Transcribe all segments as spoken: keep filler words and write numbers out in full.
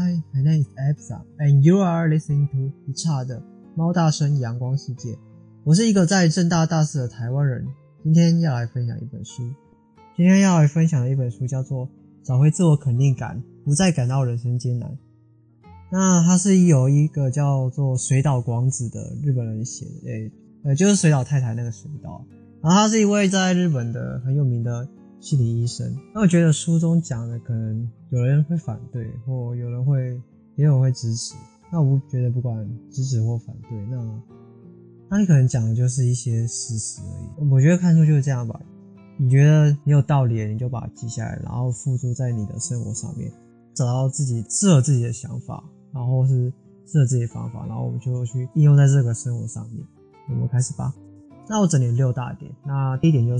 Hi, my name is Epsa, and you are listening to 一刹的猫大生阳光世界。我是一个在政大大四的台湾人，今天要来分享一本书。今天要来分享的一本书叫做《找回自我肯定感，不再感到人生艰难》。那它是由一个叫做水岛广子的日本人写的，诶，呃，就是水岛太太那个水岛。然后他是一位在日本的很有名的心理医生。那我觉得书中讲的可能有人会反对，或有人会也有人会支持。那我觉得不管支持或反对，那他可能讲的就是一些事实而已。我觉得看书就是这样吧，你觉得你有道理，你就把它记下来，然后付诸在你的生活上面，找到自己适合自己的想法，然后是适合自己的方法，然后我们就去应用在这个生活上面。我们开始吧。那我整理六大点。那第一点就是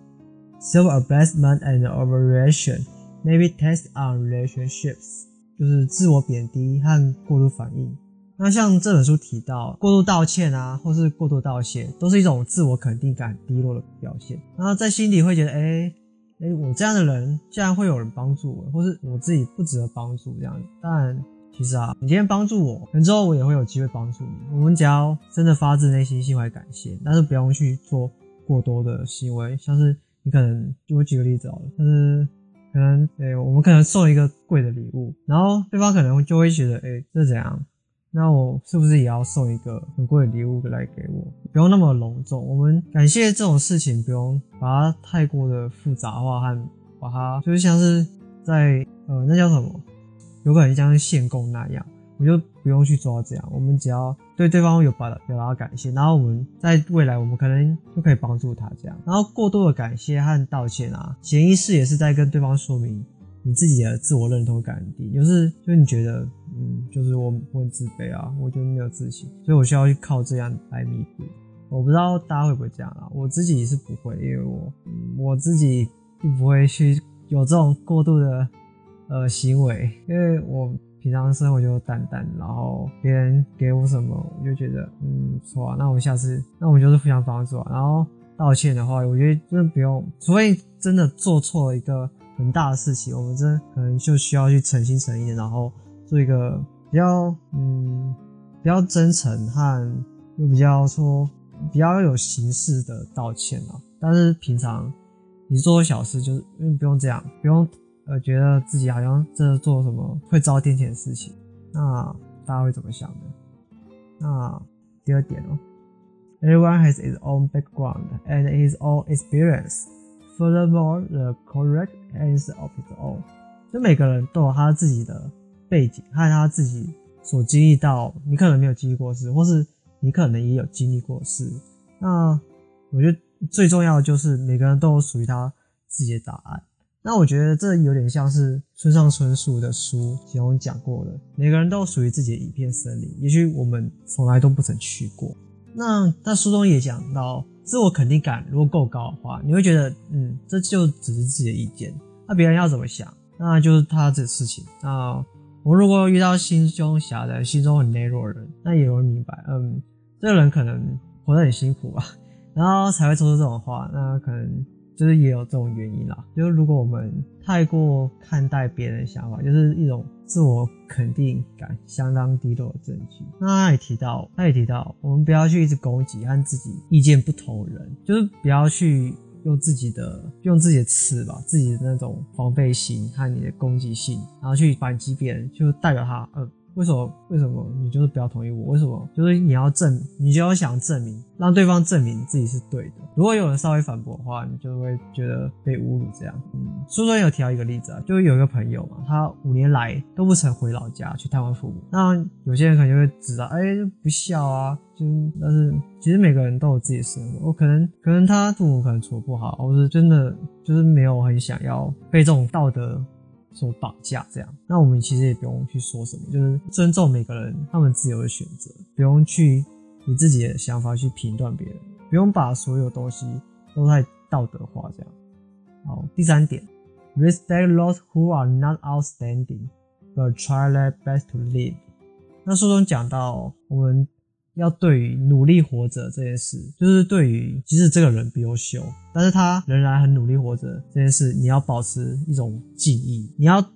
self-abasement and overreaction maybe test on relationships， 就是自我贬低和过度反应。那像这本书提到过度道歉啊，或是过度道谢，都是一种自我肯定感低落的表现。然后在心里会觉得诶诶我这样的人竟然会有人帮助我，或是我自己不值得帮助这样子。当然其实啊，你今天帮助我，可能之后我也会有机会帮助你。我们只要真的发自内心心怀感谢，但是不用去做过多的行为，像是你可能，就我举个例子好了，但是可能，诶、欸，我们可能送一个贵的礼物，然后对方可能就会觉得，诶、欸，这是怎样？那我是不是也要送一个很贵的礼物来给我？不用那么隆重。我们感谢这种事情，不用把它太过的复杂化和把它就是像是在呃，那叫什么？有可能像献供那样，我就不用去做到这样。我们只要对对方有表达表达感谢，然后我们在未来我们可能就可以帮助他这样。然后过多的感谢和道歉啊，潜意识也是在跟对方说明你自己的自我认同感低，就是就是你觉得嗯，就是我我很自卑啊，我就没有自信，所以我需要去靠这样来弥补。我不知道大家会不会这样啊？我自己是不会，因为我、嗯、我自己并不会去有这种过度的。呃，行为，因为我平常生活就淡淡，然后别人给我什么，我就觉得嗯不错啊，那我下次，那我们就是互相帮助啊。然后道歉的话，我觉得真的不用，除非真的做错了一个很大的事情，我们真的可能就需要去诚心诚意的，然后做一个比较嗯比较真诚和又比较说比较有形式的道歉啊。但是平常你做小事，就是因为不用这样，不用。呃，觉得自己好像真的做什么会遭天谴的事情，那大家会怎么想呢？那第二点哦 ，Everyone has his own background and his own experience. Furthermore, the correct answer of his own. 就每个人都有他自己的背景和他自己所经历到，你可能没有经历过的事，或是你可能也有经历过的事。那我觉得最重要的就是每个人都有属于他自己的答案。那我觉得这有点像是村上春树的书其中讲过的，每个人都有属于自己的一片森林，也许我们从来都不曾去过。那那书中也讲到，自我肯定感如果够高的话，你会觉得嗯，这就只是自己的意见，那别人要怎么想，那就是他这事情。那我如果遇到心胸狭窄、心中很内弱的人，那也有人明白，嗯，这个人可能活得很辛苦吧，然后才会说出这种话，那可能就是也有这种原因啦，就是如果我们太过看待别人的想法，就是一种自我肯定感相当低落的证据。那他也提到，他也提到，我们不要去一直攻击和自己意见不同的人，就是不要去用自己的用自己的刺吧，自己的那种防备心和你的攻击性，然后去反击别人，就代表他，嗯。为什么？为什么你就是不要同意我？为什么？就是你要证，你就要想证明，让对方证明自己是对的。如果有人稍微反驳的话，你就会觉得被侮辱这样。嗯，书中有提到一个例子啊，就有一个朋友嘛，他五年来都不曾回老家去探望父母。那有些人可能就会指责，哎、欸，不孝啊，就但是其实每个人都有自己的生活，我可能可能他父母可能处得不好，或是真的就是没有很想要被这种道德所绑架这样。那我们其实也不用去说什么，就是尊重每个人他们自由的选择，不用去以自己的想法去评断别人，不用把所有东西都太道德化这样。好，第三点 respect those who are not outstanding but try their best to live。 那书中讲到我们要对于努力活着这件事，就是对于即使这个人不优秀，但是他仍然很努力活着这件事，你要保持一种敬意，你要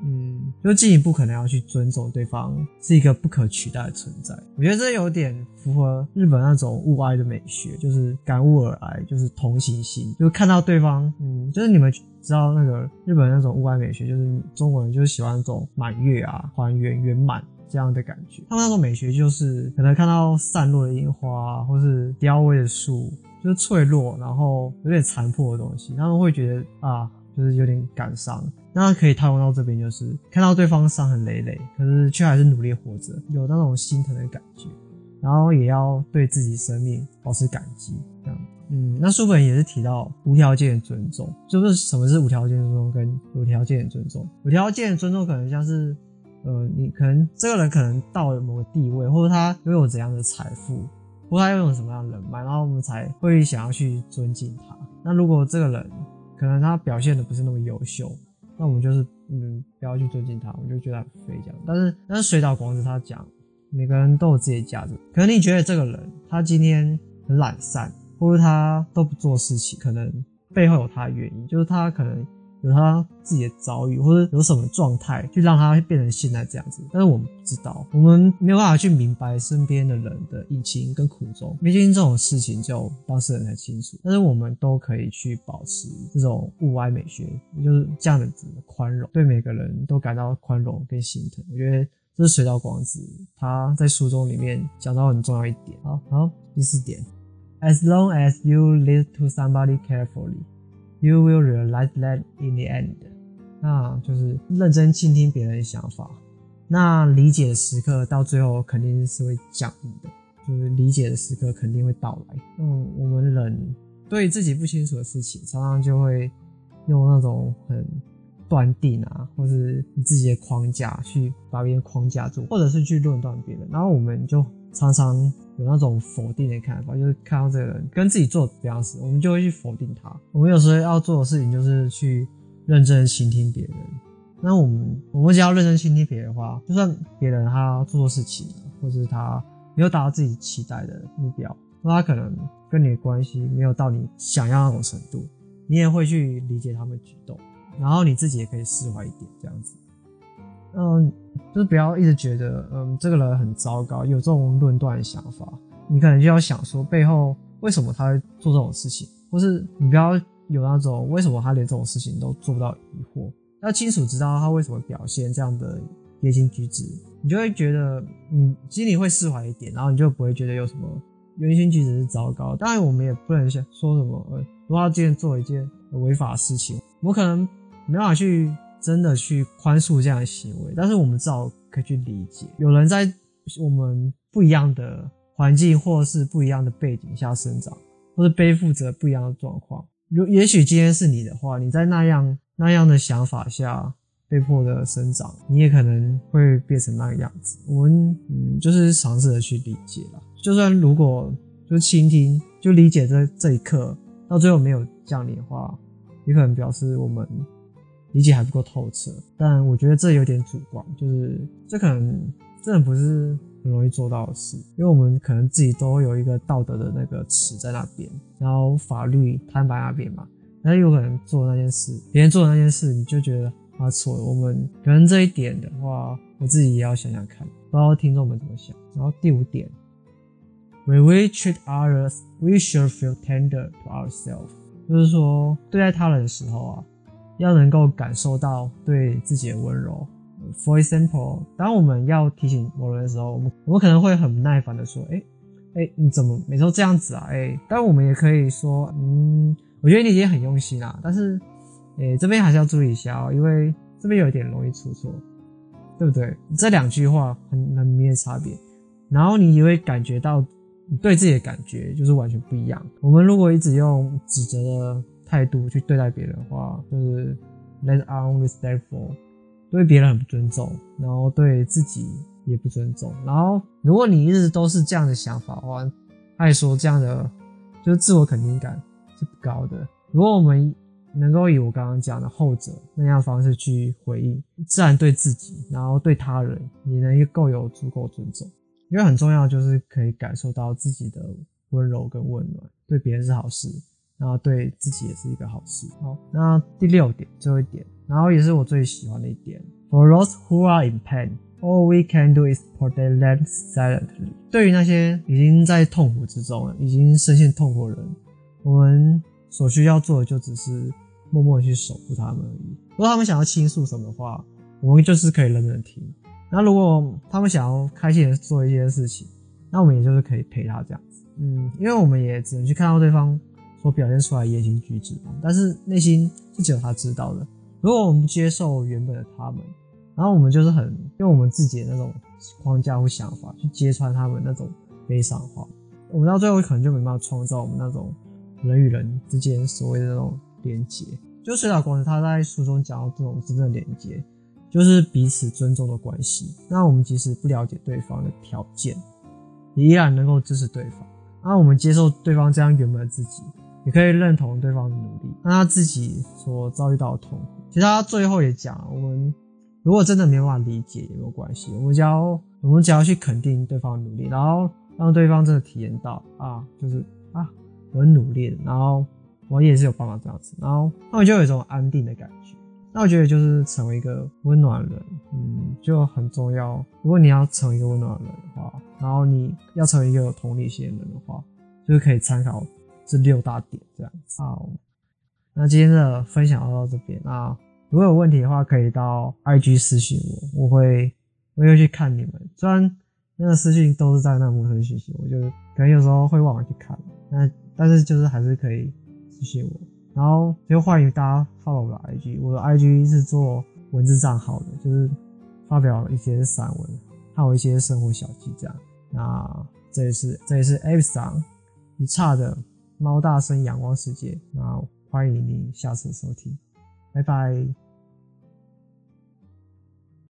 嗯，就进一步可能要去尊重对方是一个不可取代的存在。我觉得这有点符合日本那种物哀的美学，就是感悟而来，就是同情心，就是看到对方，嗯，就是你们知道那个日本那种物哀美学，就是中国人就是喜欢那种满月啊、还原、圆满这样的感觉。他们那种美学就是可能看到散落的樱花啊，或是凋萎的树，就是脆弱然后有点残破的东西，他们会觉得啊，就是有点感伤。那可以套用到这边，就是看到对方伤痕累累，可是却还是努力活着，有那种心疼的感觉，然后也要对自己生命保持感激，这样。嗯，那书本也是提到无条件的尊重，就是什么是无条件的尊重跟有条件的尊重。有条件的尊重可能像是呃，你可能这个人可能到了某个地位，或者他拥有怎样的财富，或者他拥有什么样的人脉，然后我们才会想要去尊敬他。那如果这个人可能他表现的不是那么优秀，那我们就是嗯不要去尊敬他，我们就觉得很废这样。但是但是水岛广子他讲，每个人都有自己的价值。可能你觉得这个人他今天很懒散，或者他都不做事情，可能背后有他的原因，就是他可能有他自己的遭遇，或者有什么状态去让他变成现在这样子，但是我们不知道，我们没有办法去明白身边的人的隐情跟苦衷，毕竟这种事情只有当事人才清楚。但是我们都可以去保持这种物哀美学，也就是这样子的宽容，对每个人都感到宽容跟心疼。我觉得这是水岛广子他在书中里面讲到很重要一点。好，好，第四点 ，As long as you listen to somebody carefully,You will realize that in the end. 那就是认真倾听别人的想法，那理解的时刻到最后肯定是会降临的，就是理解的时刻肯定会到来。嗯，我们人对自己不清楚的事情，常常就会用那种很断定啊，或是你自己的框架去把别人框架住，或者是去论断别人，然后我们就常常有那种否定的看法，就是看到这个人跟自己做的不一样时，我们就会去否定他。我们有时候要做的事情就是去认真倾听别人。那我们我们只要认真倾听别人的话，就算别人他做错事情了，或者是他没有达到自己期待的目标，那他可能跟你的关系没有到你想要那种程度，你也会去理解他们的举动，然后你自己也可以释怀一点这样子。嗯，就是不要一直觉得嗯这个人很糟糕，有这种论断的想法，你可能就要想说背后为什么他会做这种事情，或是你不要有那种为什么他连这种事情都做不到疑惑，要清楚知道他为什么表现这样的言行举止，你就会觉得你心里会释怀一点，然后你就不会觉得有什么言行举止是糟糕。当然我们也不能说什么呃如果他今天做一件违法的事情，我们可能没办法去真的去宽恕这样的行为，但是我们至少可以去理解，有人在我们不一样的环境或是不一样的背景下生长，或是背负着不一样的状况。也许今天是你的话，你在那样那样的想法下被迫的生长，你也可能会变成那个样子。我们嗯，就是尝试的去理解啦，就算如果就倾听就理解这这一刻到最后没有降临的话，也可能表示我们理解还不够透彻。但我觉得这有点主观，就是这可能真的不是很容易做到的事，因为我们可能自己都会有一个道德的那个尺在那边，然后法律摊白那边嘛，那有可能做那件事，别人做的那件事你就觉得他错了，我们可能这一点的话我自己也要想想看，不知道听众们怎么想。然后第五点 When we treat others, we should feel tender to ourselves， 就是说对待他人的时候啊，要能够感受到对自己的温柔。For example， 当我们要提醒某人的时候，我们我们可能会很不耐烦的说，诶诶你怎么每次都这样子啊？诶但我们也可以说，嗯，我觉得你也很用心啊，但是诶这边还是要注意一下哦，因为这边有一点容易出错，对不对？这两句话很很明显的差别，然后你也会感觉到你对自己的感觉就是完全不一样。我们如果一直用指责的态度去对待别人的话，就是 let unrespectful， 对别人很不尊重，然后对自己也不尊重。然后如果你一直都是这样的想法的话，他也说这样的就是自我肯定感是不高的。如果我们能够以我刚刚讲的后者那样的方式去回应，自然对自己然后对他人也能够有足够尊重。因为很重要就是可以感受到自己的温柔跟温暖，对别人是好事， 那对自己也是一个好事。好，那第六点，最后一点，然后也是我最喜欢的一点 ，For those who are in pain, all we can do is protect them silently。对于那些已经在痛苦之中了，已经深陷痛苦的人，我们所需要做的就只是默默的去守护他们而已。如果他们想要倾诉什么的话，我们就是可以冷冷听。那如果他们想要开心的做一些事情，那我们也就是可以陪他这样子。嗯，因为我们也只能去看到对方所表现出来的言行举止嘛，但是内心是只有他知道的。如果我们不接受原本的他们，然后我们就是很用我们自己的那种框架或想法去揭穿他们那种悲伤话，我们到最后可能就没办法创造我们那种人与人之间所谓的那种连结。就水岛光子他在书中讲到这种真正的连结，就是彼此尊重的关系。那我们即使不了解对方的条件，也依然能够支持对方。那我们接受对方这样原本的自己，也可以认同对方的努力，那他自己所遭遇到的痛苦。其实他最后也讲了，我们如果真的没办法理解也没有关系，我们只要我们只要去肯定对方的努力，然后让对方真的体验到啊，就是啊我很努力的，然后我也是有办法这样子，然后那我就有一种安定的感觉。那我觉得就是成为一个温暖的人，嗯，就很重要。如果你要成为一个温暖的人的话，然后你要成为一个有同理心的人的话，就是可以参考这六大点这样子。好，那今天的分享到这边。那如果有问题的话，可以到 I G 私讯我，我会我也会去看你们。虽然那个私讯都是在那陌生讯息，我就可能有时候会忘了去看，那但是就是还是可以私讯我。然后就欢迎大家 follow 我的 I G， 我的 I G 是做文字账号的，就是发表一些散文，还有一些生活小记这样。那这里是这里是 Avis 桑一刹的猫大生阳光世界，那欢迎你下次收听，拜拜。